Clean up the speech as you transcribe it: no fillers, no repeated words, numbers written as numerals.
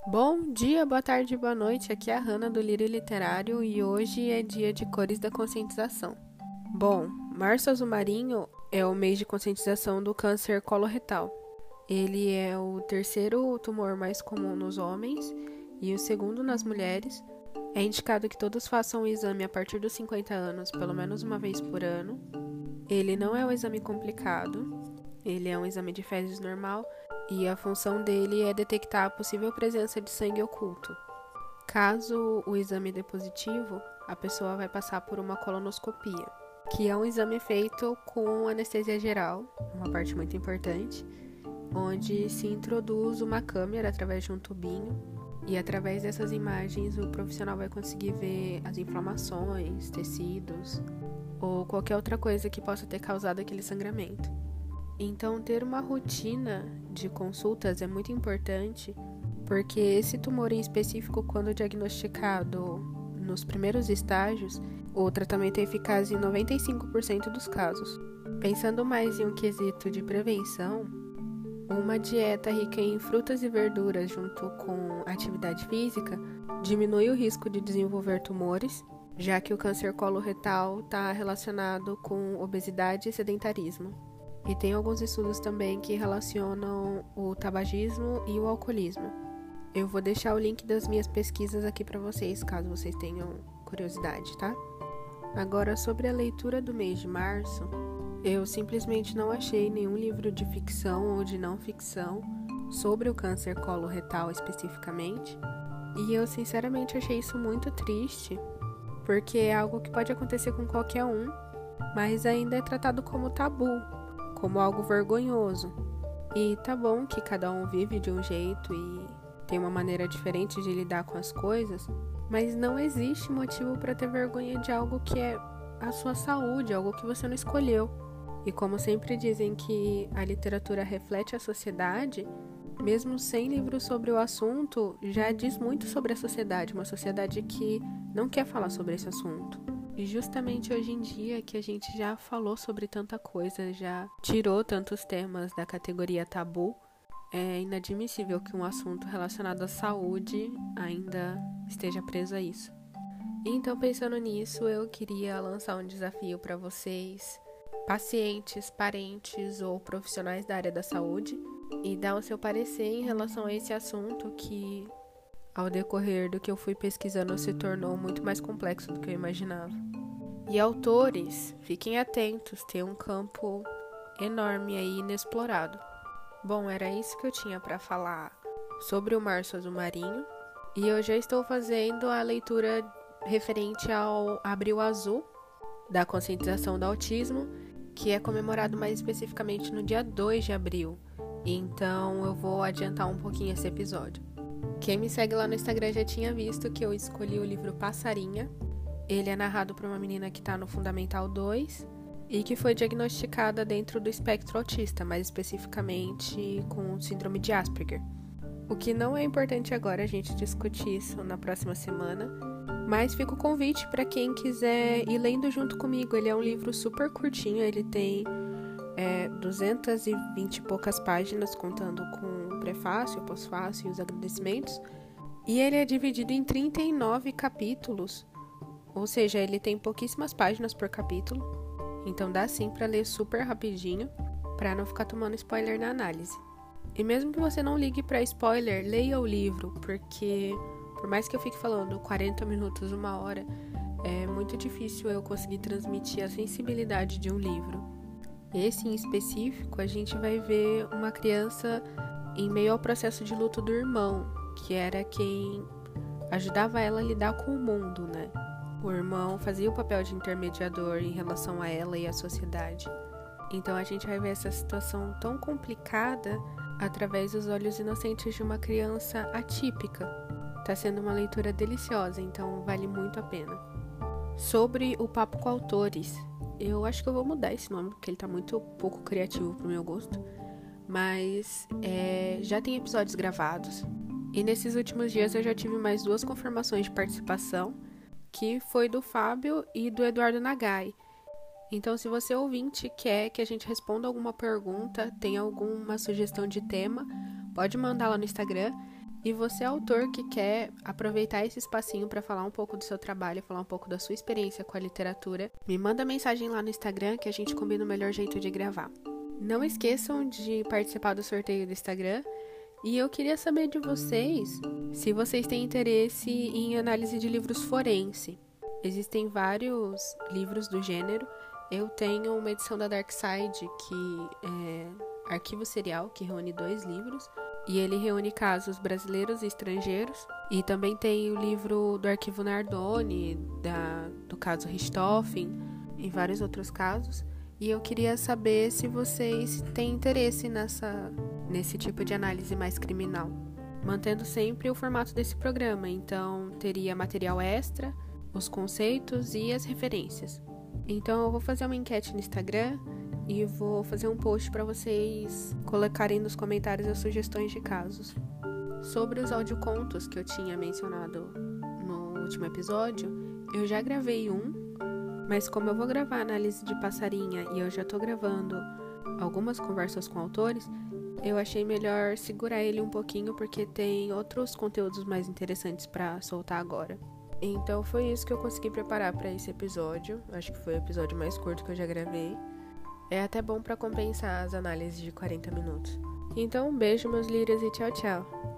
Bom dia, boa tarde, boa noite. Aqui é a Hanna do Lírio Literário e hoje é dia de cores da conscientização. Bom, Março Azul Marinho é o mês de conscientização do câncer coloretal. Ele é o terceiro tumor mais comum nos homens e o segundo nas mulheres. É indicado que todos façam o exame a partir dos 50 anos, pelo menos uma vez por ano. Ele não é um exame complicado, ele é um exame de fezes normal e a função dele é detectar a possível presença de sangue oculto. Caso o exame dê positivo, a pessoa vai passar por uma colonoscopia, que é um exame feito com anestesia geral, uma parte muito importante, onde se introduz uma câmera através de um tubinho e através dessas imagens o profissional vai conseguir ver as inflamações, tecidos ou qualquer outra coisa que possa ter causado aquele sangramento. Então, ter uma rotina de consultas é muito importante, porque esse tumor em específico, quando diagnosticado nos primeiros estágios, o tratamento é eficaz em 95% dos casos. Pensando mais em um quesito de prevenção, uma dieta rica em frutas e verduras junto com atividade física diminui o risco de desenvolver tumores, já que o câncer coloretal está relacionado com obesidade e sedentarismo. E tem alguns estudos também que relacionam o tabagismo e o alcoolismo. Eu vou deixar o link das minhas pesquisas aqui para vocês, caso vocês tenham curiosidade, tá? Agora, sobre a leitura do mês de março, eu simplesmente não achei nenhum livro de ficção ou de não ficção sobre o câncer coloretal especificamente. E eu sinceramente achei isso muito triste, porque é algo que pode acontecer com qualquer um, mas ainda é tratado como tabu, como algo vergonhoso. E tá bom que cada um vive de um jeito e tem uma maneira diferente de lidar com as coisas, mas não existe motivo para ter vergonha de algo que é a sua saúde, algo que você não escolheu. E como sempre dizem que a literatura reflete a sociedade, mesmo sem livros sobre o assunto, já diz muito sobre a sociedade, uma sociedade que não quer falar sobre esse assunto. E justamente hoje em dia que a gente já falou sobre tanta coisa, já tirou tantos temas da categoria tabu, é inadmissível que um assunto relacionado à saúde ainda esteja preso a isso. Então, pensando nisso, eu queria lançar um desafio para vocês, pacientes, parentes ou profissionais da área da saúde, e dar o seu parecer em relação a esse assunto que, ao decorrer do que eu fui pesquisando, se tornou muito mais complexo do que eu imaginava. E autores, fiquem atentos, tem um campo enorme aí inexplorado. Bom, era isso que eu tinha para falar sobre o Março Azul Marinho. E eu já estou fazendo a leitura referente ao Abril Azul, da conscientização do autismo, que é comemorado mais especificamente no dia 2 de abril. Então eu vou adiantar um pouquinho esse episódio. Quem me segue lá no Instagram já tinha visto que eu escolhi o livro Passarinha. Ele é narrado por uma menina que está no Fundamental 2 e que foi diagnosticada dentro do espectro autista, mais especificamente com síndrome de Asperger. O que não é importante agora a gente discutir isso na próxima semana, mas fica o convite para quem quiser ir lendo junto comigo. Ele é um livro super curtinho, ele tem 220 e poucas páginas, contando com o prefácio, o pós-fácio e os agradecimentos. E ele é dividido em 39 capítulos, ou seja, ele tem pouquíssimas páginas por capítulo. Então dá sim para ler super rapidinho, para não ficar tomando spoiler na análise. E mesmo que você não ligue para spoiler, leia o livro, porque por mais que eu fique falando 40 minutos, 1 hora, é muito difícil eu conseguir transmitir a sensibilidade de um livro. Esse em específico, a gente vai ver uma criança em meio ao processo de luto do irmão, que era quem ajudava ela a lidar com o mundo, né? O irmão fazia o papel de intermediador em relação a ela e à sociedade. Então a gente vai ver essa situação tão complicada através dos olhos inocentes de uma criança atípica. Tá sendo uma leitura deliciosa, então vale muito a pena. Sobre o Papo com Autores, eu acho que eu vou mudar esse nome, porque ele tá muito pouco criativo pro meu gosto. Mas já tem episódios gravados. E nesses últimos dias eu já tive mais 2 confirmações de participação, que foi do Fábio e do Eduardo Nagai. Então, se você ouvinte quer que a gente responda alguma pergunta, tem alguma sugestão de tema, pode mandar lá no Instagram. E você, autor, que quer aproveitar esse espacinho para falar um pouco do seu trabalho, falar um pouco da sua experiência com a literatura, me manda mensagem lá no Instagram que a gente combina o melhor jeito de gravar. Não esqueçam de participar do sorteio do Instagram. E eu queria saber de vocês se vocês têm interesse em análise de livros forense. Existem vários livros do gênero. Eu tenho uma edição da Dark Side, que é Arquivo Serial, que reúne 2 livros. E ele reúne casos brasileiros e estrangeiros. E também tem o livro do Arquivo Nardoni, do caso Richthofen, e vários outros casos. E eu queria saber se vocês têm interesse nesse tipo de análise mais criminal. Mantendo sempre o formato desse programa, então teria material extra, os conceitos e as referências. Então eu vou fazer uma enquete no Instagram e vou fazer um post para vocês colocarem nos comentários as sugestões de casos. Sobre os audiocontos que eu tinha mencionado no último episódio, eu já gravei um, mas como eu vou gravar análise de Passarinha e eu já tô gravando algumas conversas com autores, eu achei melhor segurar ele um pouquinho porque tem outros conteúdos mais interessantes para soltar agora. Então foi isso que eu consegui preparar para esse episódio. Acho que foi o episódio mais curto que eu já gravei. É até bom para compensar as análises de 40 minutos. Então um beijo, meus lírios, e tchau, tchau.